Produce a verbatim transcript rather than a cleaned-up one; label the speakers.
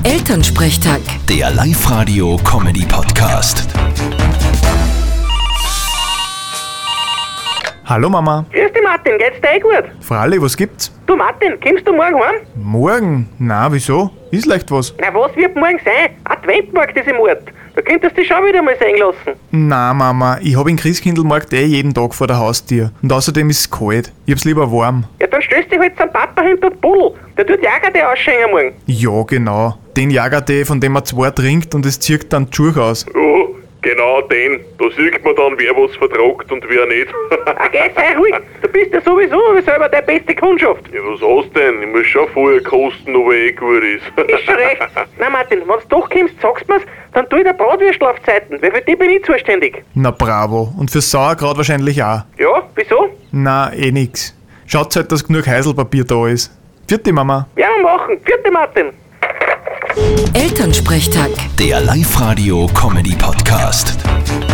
Speaker 1: Elternsprechtag.
Speaker 2: Der Live-Radio-Comedy-Podcast.
Speaker 3: Hallo Mama.
Speaker 4: Grüß dich Martin, geht's dir eh gut?
Speaker 3: Fralli, was gibt's?
Speaker 4: Du Martin, kommst du morgen heim?
Speaker 3: Morgen? Na, wieso? Ist leicht was?
Speaker 4: Na was wird morgen sein? Adventmarkt ist im Ort. Da könntest du dich schon wieder mal sehen lassen.
Speaker 3: Na Mama, ich hab den Christkindlmarkt eh jeden Tag vor der Haustür. Und außerdem ist es kalt. Ich hab's lieber warm.
Speaker 4: Ja, dann stößt dich halt zum Papa hinter den Buddel. Der tut Jagertee ausschenken morgen.
Speaker 3: Ja, genau. Den Jagertee, von dem man zwei trinkt und es zirkt dann die Schuhe aus.
Speaker 5: Ja, genau den. Da sieht man dann, wer was vertragt und wer nicht.
Speaker 4: Ah, geh, sei ruhig. Du bist ja sowieso selber der beste Kundschaft.
Speaker 5: Ja, was hast du denn? Ich muss schon vorher kosten, ob er eh gut ist.
Speaker 4: Ist schon recht. Na Martin, wenn du doch kommst, sagst mir's, dann tu ich dir Bratwürstel auf Zeiten, weil für die bin ich zuständig.
Speaker 3: Na bravo. Und für Sauerkraut wahrscheinlich auch.
Speaker 4: Ja, wieso?
Speaker 3: Na, eh nix. Schaut halt, dass genug Heiselpapier da ist. Vierte Mama.
Speaker 4: Ja, wir machen. Vierte Martin.
Speaker 1: Elternsprechtag.
Speaker 2: Der Live-Radio-Comedy-Podcast.